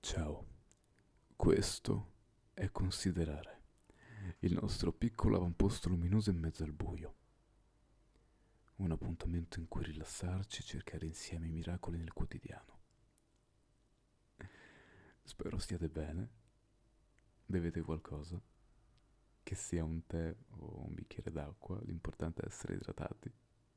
Ciao, questo è Considerare, il nostro piccolo avamposto luminoso in mezzo al buio. Un appuntamento in cui rilassarci e cercare insieme i miracoli nel quotidiano. Spero stiate bene, bevete qualcosa, che sia un tè o un bicchiere d'acqua, l'importante è essere idratati.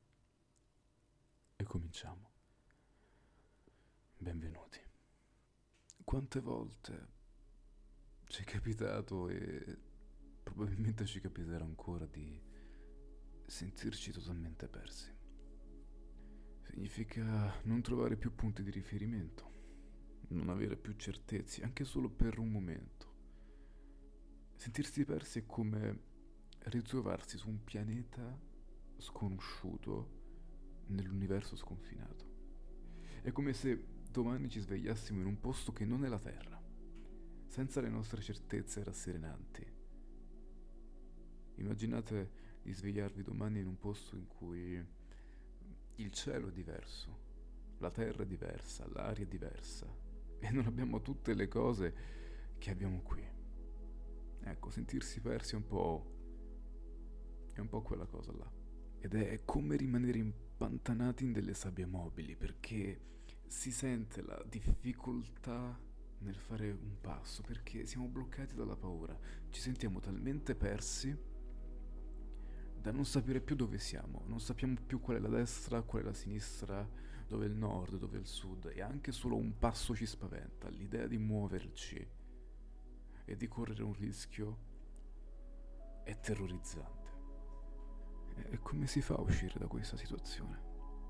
E cominciamo. Benvenuti. Quante volte ci è capitato e probabilmente ci capiterà ancora di sentirci totalmente persi? Significa non trovare più punti di riferimento, non avere più certezze, anche solo per un momento. Sentirsi persi è come ritrovarsi su un pianeta sconosciuto nell'universo sconfinato. È come se domani ci svegliassimo in un posto che non è la Terra, senza le nostre certezze rasserenanti. Immaginate di svegliarvi domani in un posto in cui il cielo è diverso, la terra è diversa, l'aria è diversa e non abbiamo tutte le cose che abbiamo qui. Ecco, sentirsi persi è un po' quella cosa là. Ed è come rimanere impantanati in delle sabbie mobili perché si sente la difficoltà nel fare un passo perché siamo bloccati dalla paura. Ci sentiamo talmente persi da non sapere più dove siamo, non sappiamo più qual è la destra, qual è la sinistra, dove è il nord, dove è il sud e anche solo un passo ci spaventa, l'idea di muoverci e di correre un rischio è terrorizzante. E come si fa a uscire da questa situazione?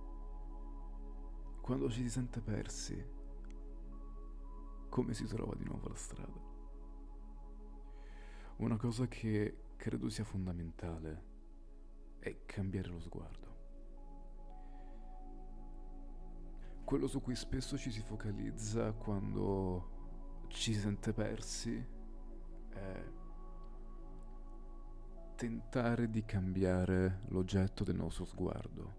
Quando ci si sente persi, come si trova di nuovo la strada? Una cosa che credo sia fondamentale è cambiare lo sguardo. Quello su cui spesso ci si focalizza quando ci si sente persi è tentare di cambiare l'oggetto del nostro sguardo.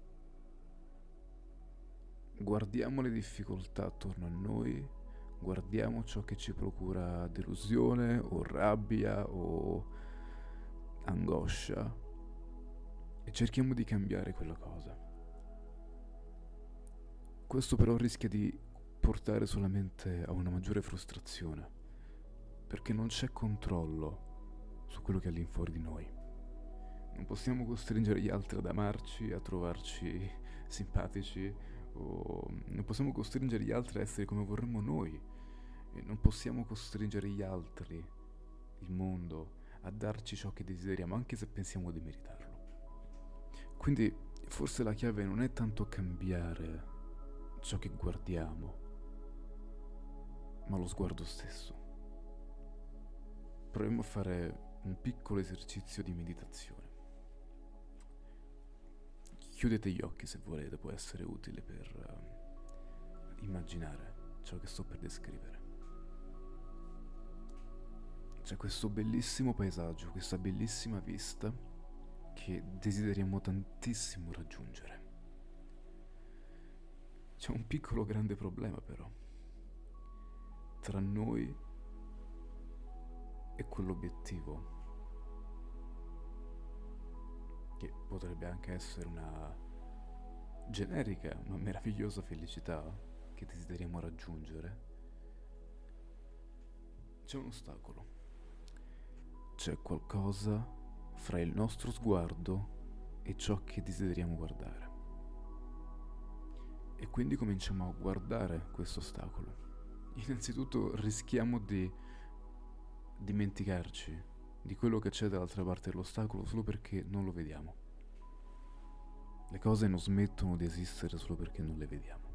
Guardiamo le difficoltà attorno a noi, guardiamo ciò che ci procura delusione o rabbia o angoscia e cerchiamo di cambiare quella cosa. Questo però rischia di portare solamente a una maggiore frustrazione, perché non c'è controllo su quello che è all'infuori di noi. Non possiamo costringere gli altri ad amarci, a trovarci simpatici, o non possiamo costringere gli altri a essere come vorremmo noi. E non possiamo costringere gli altri, il mondo, a darci ciò che desideriamo, anche se pensiamo di meritarlo. Quindi forse la chiave non è tanto cambiare ciò che guardiamo, ma lo sguardo stesso. Proviamo a fare un piccolo esercizio di meditazione. Chiudete gli occhi se volete, può essere utile per immaginare ciò che sto per descrivere. C'è questo bellissimo paesaggio, questa bellissima vista che desideriamo tantissimo raggiungere. C'è un piccolo grande problema però tra noi e quell'obiettivo, che potrebbe anche essere una generica ma meravigliosa felicità che desideriamo raggiungere. C'è un ostacolo. C'è qualcosa fra il nostro sguardo e ciò che desideriamo guardare. E quindi cominciamo a guardare questo ostacolo. Innanzitutto rischiamo di dimenticarci di quello che c'è dall'altra parte dell'ostacolo solo perché non lo vediamo. Le cose non smettono di esistere solo perché non le vediamo.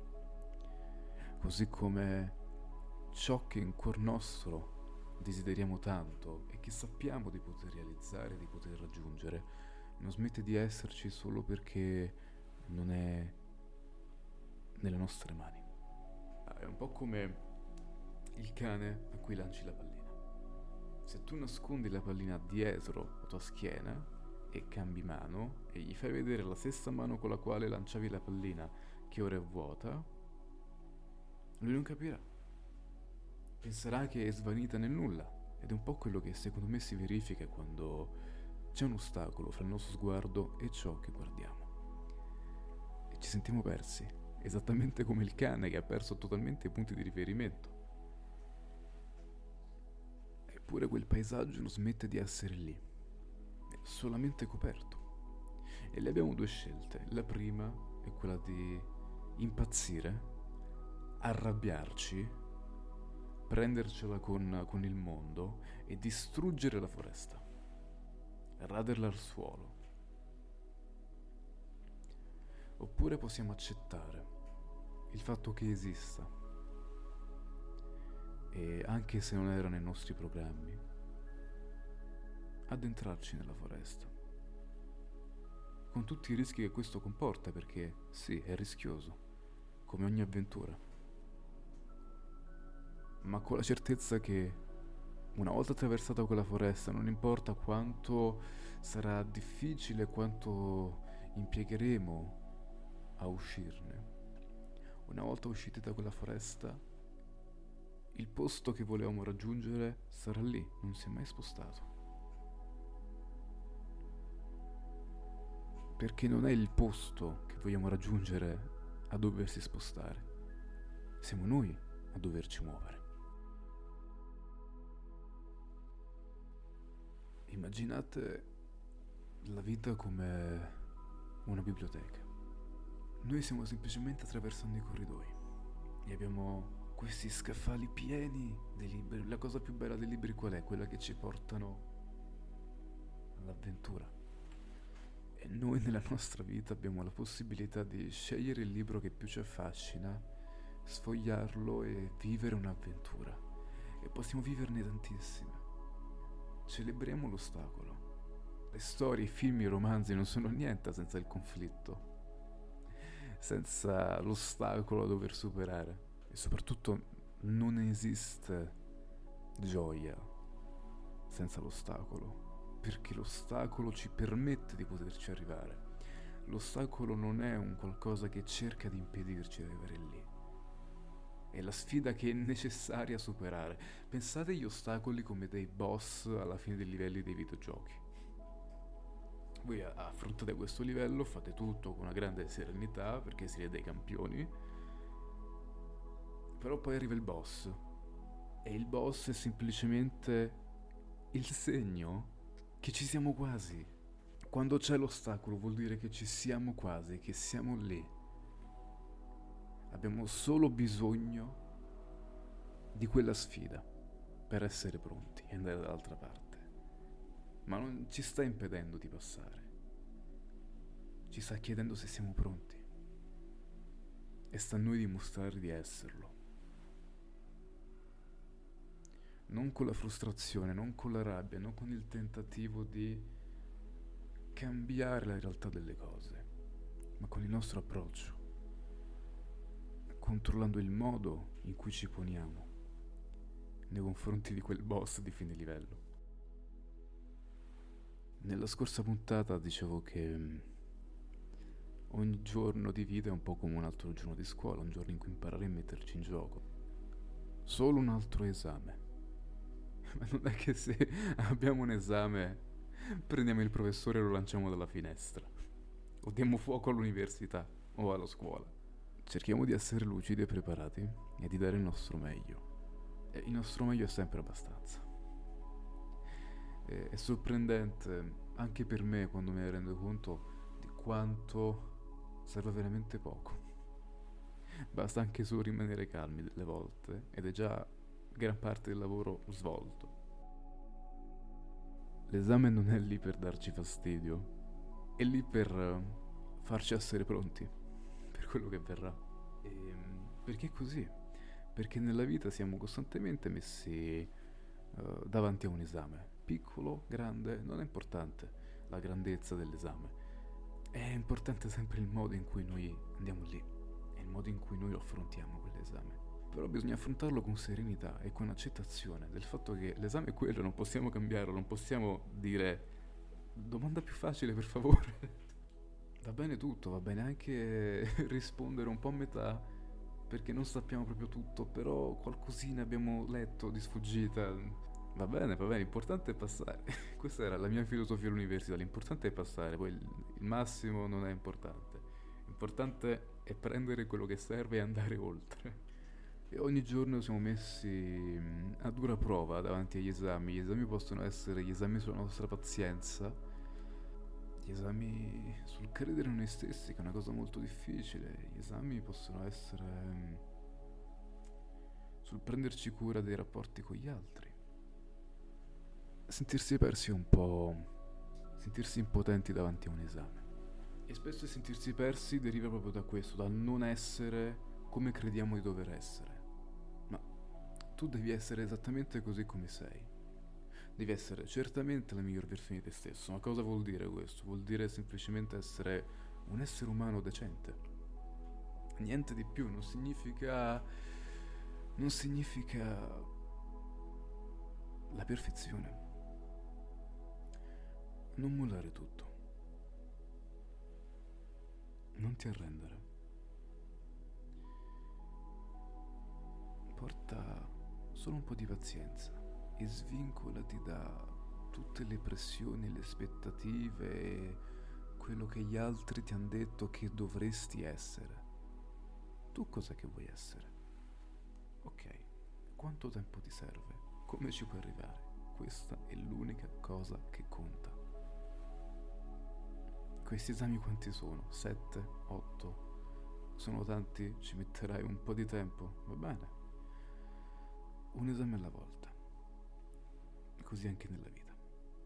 Così come ciò che in cuor nostro desideriamo tanto e che sappiamo di poter realizzare, di poter raggiungere, non smette di esserci solo perché non è nelle nostre mani. È un po' come il cane a cui lanci la pallina. Se tu nascondi la pallina dietro la tua schiena e cambi mano e gli fai vedere la stessa mano con la quale lanciavi la pallina che ora è vuota, lui non capirà. penserà che è svanita nel nulla. Ed è un po' quello che secondo me si verifica quando c'è un ostacolo fra il nostro sguardo e ciò che guardiamo. E ci sentiamo persi, esattamente come il cane che ha perso totalmente i punti di riferimento. Eppure quel paesaggio non smette di essere lì, è solamente coperto. E lì abbiamo due scelte. La prima è quella di impazzire, arrabbiarci, prendercela con il mondo e distruggere la foresta, raderla al suolo. Oppure possiamo accettare il fatto che esista e, anche se non era nei nostri programmi, addentrarci nella foresta, con tutti i rischi che questo comporta, perché sì, è rischioso, come ogni avventura, ma con la certezza che una volta attraversata quella foresta, non importa quanto sarà difficile, quanto impiegheremo a uscirne, una volta usciti da quella foresta, il posto che volevamo raggiungere sarà lì, non si è mai spostato. Perché non è il posto che vogliamo raggiungere a doversi spostare, siamo noi a doverci muovere. Immaginate la vita come una biblioteca. Noi stiamo semplicemente attraversando i corridoi e abbiamo questi scaffali pieni di libri. La cosa più bella dei libri qual è? Quella che ci portano all'avventura. E noi nella nostra vita abbiamo la possibilità di scegliere il libro che più ci affascina, sfogliarlo e vivere un'avventura. E possiamo viverne tantissime. Celebriamo l'ostacolo. Le storie, i film, i romanzi non sono niente senza il conflitto, senza l'ostacolo da dover superare. E soprattutto non esiste gioia senza l'ostacolo, perché l'ostacolo ci permette di poterci arrivare. L'ostacolo non è un qualcosa che cerca di impedirci di arrivare lì. È la sfida che è necessaria superare. Pensate agli ostacoli come dei boss alla fine dei livelli dei videogiochi. Voi affrontate questo livello, fate tutto con una grande serenità perché siete dei campioni, però poi arriva il boss e il boss è semplicemente il segno che ci siamo quasi. Quando c'è l'ostacolo vuol dire che ci siamo quasi, che siamo lì. Abbiamo solo bisogno di quella sfida per essere pronti e andare dall'altra parte. Ma non ci sta impedendo di passare. Ci sta chiedendo se siamo pronti. E sta a noi dimostrare di esserlo. Non con la frustrazione, non con la rabbia, non con il tentativo di cambiare la realtà delle cose, ma con il nostro approccio, controllando il modo in cui ci poniamo nei confronti di quel boss di fine livello. Nella scorsa puntata dicevo che ogni giorno di vita è un po' come un altro giorno di scuola, un giorno in cui imparare a metterci in gioco. Solo un altro esame. Ma non è che se abbiamo un esame prendiamo il professore e lo lanciamo dalla finestra, o diamo fuoco all'università o alla scuola. Cerchiamo di essere lucidi e preparati e di dare il nostro meglio. E il nostro meglio è sempre abbastanza. È sorprendente anche per me quando me ne rendo conto di quanto serve veramente poco. Basta anche solo rimanere calmi delle volte ed è già gran parte del lavoro svolto. L'esame non è lì per darci fastidio, è lì per farci essere pronti per quello che verrà. Perché è così? Perché nella vita siamo costantemente messi davanti a un esame. Piccolo, grande, non è importante la grandezza dell'esame. È importante sempre il modo in cui noi andiamo lì, è il modo in cui noi lo affrontiamo quell'esame. Però bisogna affrontarlo con serenità e con accettazione del fatto che l'esame è quello, non possiamo cambiarlo, non possiamo dire domanda più facile per favore. Va bene tutto, va bene anche rispondere un po' a metà perché non sappiamo proprio tutto, però qualcosina abbiamo letto di sfuggita. Va bene, l'importante è passare. Questa era la mia filosofia all'università, l'importante è passare, poi il massimo non è importante. L'importante è prendere quello che serve e andare oltre. E ogni giorno siamo messi a dura prova davanti agli esami. Gli esami possono essere gli esami sulla nostra pazienza, gli esami sul credere in noi stessi, che è una cosa molto difficile. Gli esami possono essere sul prenderci cura dei rapporti con gli altri. Sentirsi persi è un po' sentirsi impotenti davanti a un esame. E spesso il sentirsi persi deriva proprio da questo, dal non essere come crediamo di dover essere. Ma tu devi essere esattamente così come sei. Devi essere certamente la miglior versione di te stesso. Ma cosa vuol dire questo? Vuol dire semplicemente essere un essere umano decente. Niente di più, non significa la perfezione. Non mollare tutto. Non ti arrendere. Porta solo un po' di pazienza e svincolati da tutte le pressioni, le aspettative e quello che gli altri ti hanno detto che dovresti essere. Tu cosa che vuoi essere? Ok, quanto tempo ti serve? Come ci puoi arrivare? Questa è l'unica cosa che conta. Questi esami quanti sono? 7? 8? Sono tanti? Ci metterai un po' di tempo? Va bene. Un esame alla volta. Così anche nella vita.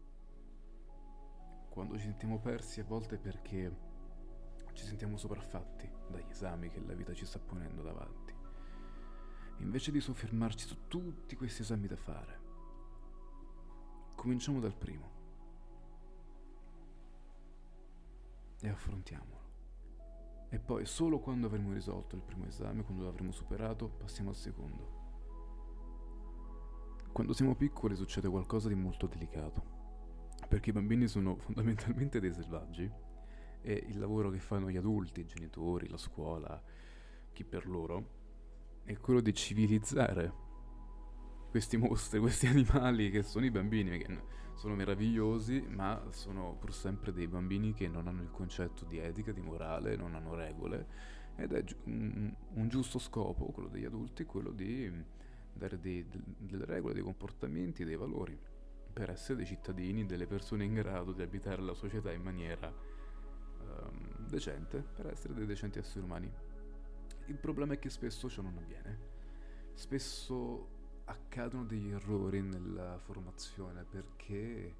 Quando ci sentiamo persi a volte è perché ci sentiamo sopraffatti dagli esami che la vita ci sta ponendo davanti. Invece di soffermarci su tutti questi esami da fare, cominciamo dal primo e affrontiamolo. E poi solo quando avremo risolto il primo esame, quando l'avremo superato, passiamo al secondo. Quando siamo piccoli succede qualcosa di molto delicato, perché i bambini sono fondamentalmente dei selvaggi e il lavoro che fanno gli adulti, i genitori, la scuola, chi per loro, è quello di civilizzare questi mostri, questi animali che sono i bambini, che sono meravigliosi, ma sono pur sempre dei bambini che non hanno il concetto di etica, di morale, non hanno regole, ed è un giusto scopo, quello degli adulti, quello di dare delle regole, dei comportamenti, dei valori, per essere dei cittadini, delle persone in grado di abitare la società in maniera decente, per essere dei decenti esseri umani. Il problema è che spesso ciò non avviene. Spesso accadono degli errori nella formazione perché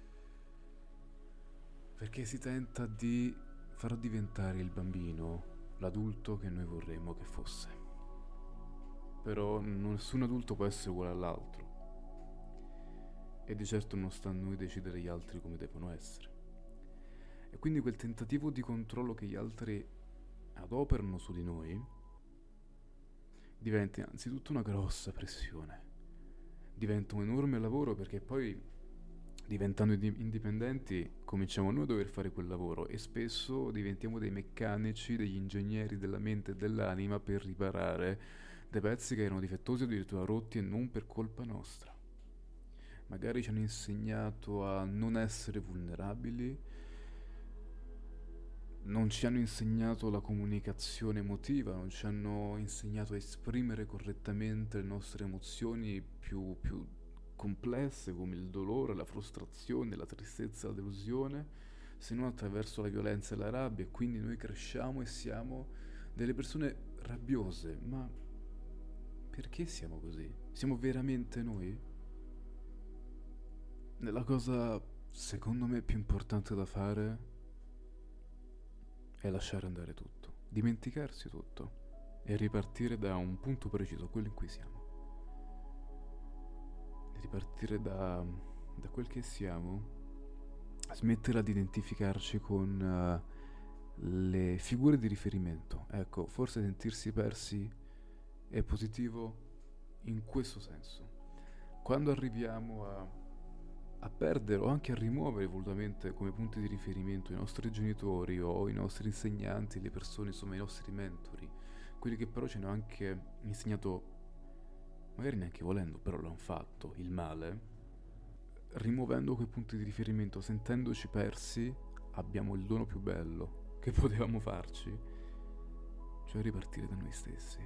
si tenta di far diventare il bambino l'adulto che noi vorremmo che fosse. Però nessun adulto può essere uguale all'altro e di certo non sta a noi decidere gli altri come devono essere. E quindi quel tentativo di controllo che gli altri adoperano su di noi diventa innanzitutto una grossa pressione, diventa un enorme lavoro perché poi diventando indipendenti cominciamo noi a dover fare quel lavoro e spesso diventiamo dei meccanici, degli ingegneri della mente e dell'anima per riparare dei pezzi che erano difettosi o addirittura rotti e non per colpa nostra. Magari ci hanno insegnato a non essere vulnerabili, non ci hanno insegnato la comunicazione emotiva, non ci hanno insegnato a esprimere correttamente le nostre emozioni più complesse come il dolore, la frustrazione, la tristezza, la delusione, se non attraverso la violenza e la rabbia, e quindi noi cresciamo e siamo delle persone rabbiose. Ma perché siamo così? Siamo veramente noi? La cosa secondo me più importante da fare è lasciare andare tutto, dimenticarsi tutto e ripartire da un punto preciso, quello in cui siamo. Ripartire da quel che siamo, smetterla di identificarci con le figure di riferimento. Ecco, forse sentirsi persi è positivo in questo senso. Quando arriviamo a perdere o anche a rimuovere volutamente come punti di riferimento i nostri genitori o i nostri insegnanti, le persone, insomma i nostri mentori, quelli che però ci hanno anche insegnato, magari neanche volendo, però l'hanno fatto, il male, rimuovendo quei punti di riferimento, sentendoci persi, abbiamo il dono più bello che potevamo farci, cioè ripartire da noi stessi.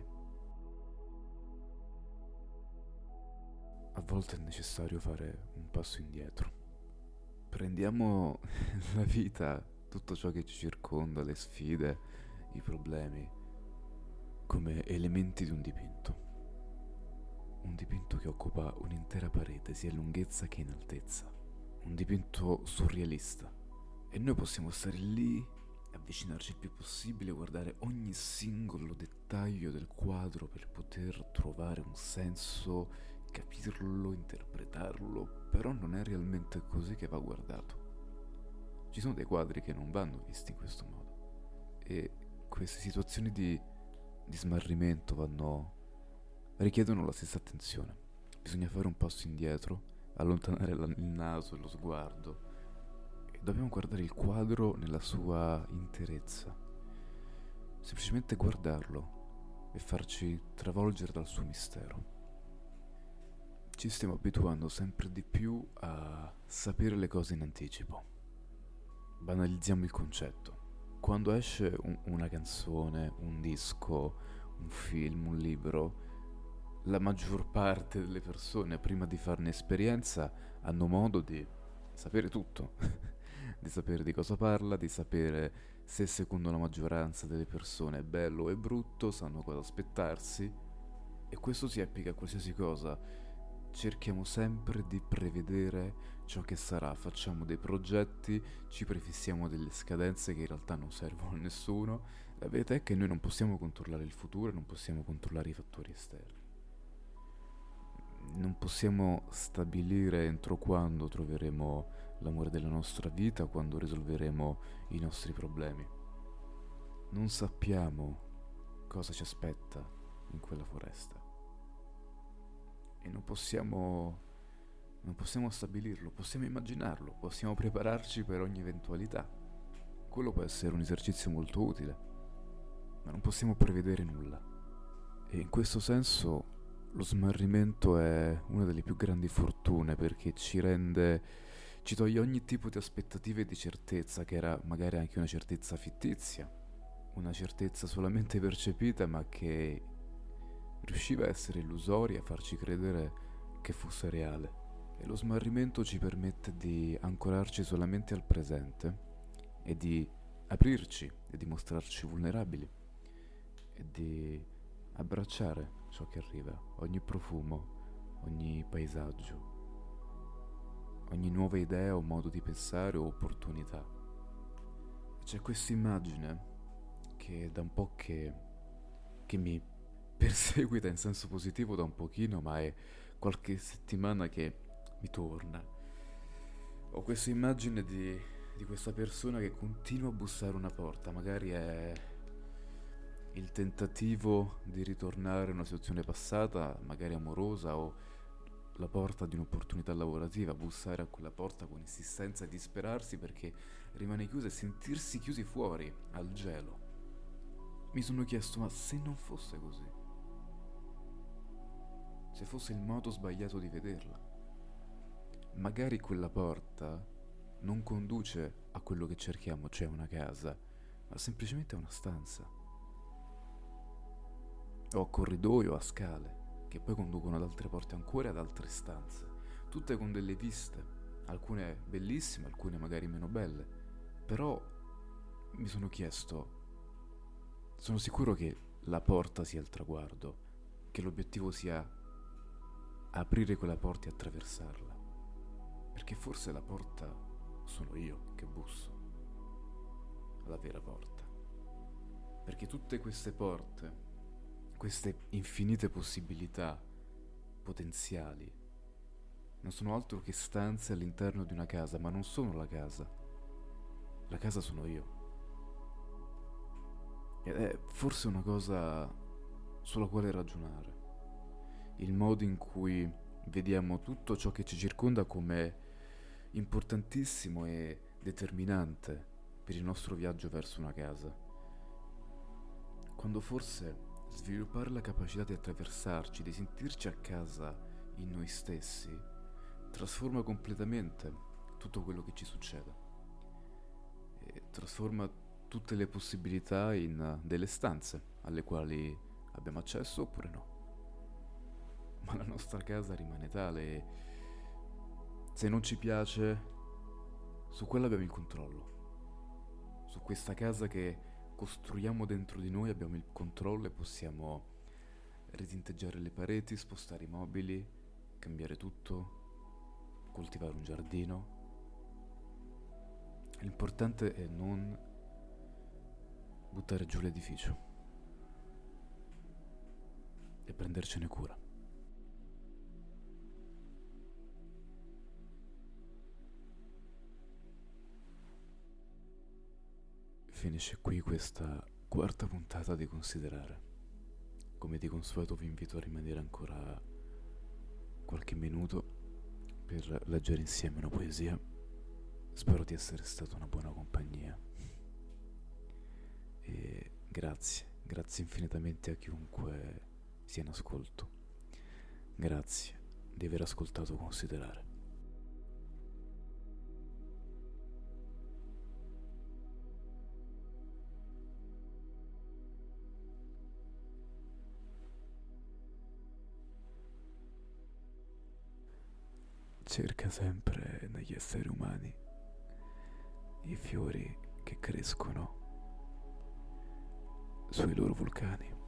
A volte è necessario fare un passo indietro. Prendiamo la vita, tutto ciò che ci circonda, le sfide, i problemi, come elementi di un dipinto. Un dipinto che occupa un'intera parete, sia in lunghezza che in altezza. Un dipinto surrealista. E noi possiamo stare lì, avvicinarci il più possibile, guardare ogni singolo dettaglio del quadro per poter trovare un senso, capirlo, interpretarlo, però non è realmente così che va guardato. Ci sono dei quadri che non vanno visti in questo modo. E queste situazioni di smarrimento richiedono la stessa attenzione. Bisogna fare un passo indietro, allontanare il naso e lo sguardo e dobbiamo guardare il quadro nella sua interezza. Semplicemente guardarlo e farci travolgere dal suo mistero. Ci stiamo abituando sempre di più a sapere le cose in anticipo. Banalizziamo il concetto. Quando esce una canzone, un disco, un film, un libro, la maggior parte delle persone, prima di farne esperienza, hanno modo di sapere tutto, di sapere di cosa parla, di sapere se secondo la maggioranza delle persone è bello o è brutto, sanno cosa aspettarsi, e questo si applica a qualsiasi cosa. Cerchiamo sempre di prevedere ciò che sarà, facciamo dei progetti, ci prefissiamo delle scadenze che in realtà non servono a nessuno. La verità è che noi non possiamo controllare il futuro, non possiamo controllare i fattori esterni. Non possiamo stabilire entro quando troveremo l'amore della nostra vita, quando risolveremo i nostri problemi. Non sappiamo cosa ci aspetta in quella foresta. E non possiamo stabilirlo, possiamo immaginarlo, possiamo prepararci per ogni eventualità. Quello può essere un esercizio molto utile, ma non possiamo prevedere nulla. E in questo senso lo smarrimento è una delle più grandi fortune, perché ci toglie ogni tipo di aspettative e di certezza, che era magari anche una certezza fittizia, una certezza solamente percepita, ma che riusciva a essere illusoria, a farci credere che fosse reale. E lo smarrimento ci permette di ancorarci solamente al presente e di aprirci e di mostrarci vulnerabili e di abbracciare ciò che arriva, ogni profumo, ogni paesaggio, ogni nuova idea o modo di pensare o opportunità. E c'è questa immagine che da un po' che mi perseguita in senso positivo da un pochino, ma è qualche settimana che mi torna. Ho questa immagine di questa persona che continua a bussare una porta, magari è il tentativo di ritornare a una situazione passata, magari amorosa, o la porta di un'opportunità lavorativa, bussare a quella porta con insistenza e disperarsi perché rimane chiusa e sentirsi chiusi fuori, al gelo. Mi sono chiesto, ma se non fosse così? Se fosse il modo sbagliato di vederla? Magari quella porta non conduce a quello che cerchiamo, cioè una casa, ma semplicemente a una stanza. O a corridoi o a scale, che poi conducono ad altre porte ancora e ad altre stanze, tutte con delle viste, alcune bellissime, alcune magari meno belle, però mi sono chiesto, sono sicuro che la porta sia il traguardo, che l'obiettivo sia aprire quella porta e attraversarla, perché forse la porta sono io che busso alla vera porta, perché tutte queste porte, queste infinite possibilità potenziali, non sono altro che stanze all'interno di una casa, ma non sono la casa. La casa sono io. Ed è forse una cosa sulla quale ragionare. Il modo in cui vediamo tutto ciò che ci circonda come importantissimo e determinante per il nostro viaggio verso una casa. Quando forse Sviluppare la capacità di attraversarci, di sentirci a casa in noi stessi, trasforma completamente tutto quello che ci succede e trasforma tutte le possibilità in delle stanze alle quali abbiamo accesso oppure no. Ma la nostra casa rimane tale e se non ci piace, su quella abbiamo il controllo. Su questa casa che costruiamo dentro di noi abbiamo il controllo e possiamo ritinteggiare le pareti, spostare i mobili, cambiare tutto, coltivare un giardino. L'importante è non buttare giù l'edificio e prendercene cura. Finisce qui questa quarta puntata di Considerare. Come di consueto vi invito a rimanere ancora qualche minuto per leggere insieme una poesia. Spero di essere stata una buona compagnia. E grazie infinitamente a chiunque sia in ascolto. Grazie di aver ascoltato Considerare. Cerca sempre negli esseri umani i fiori che crescono sui loro vulcani.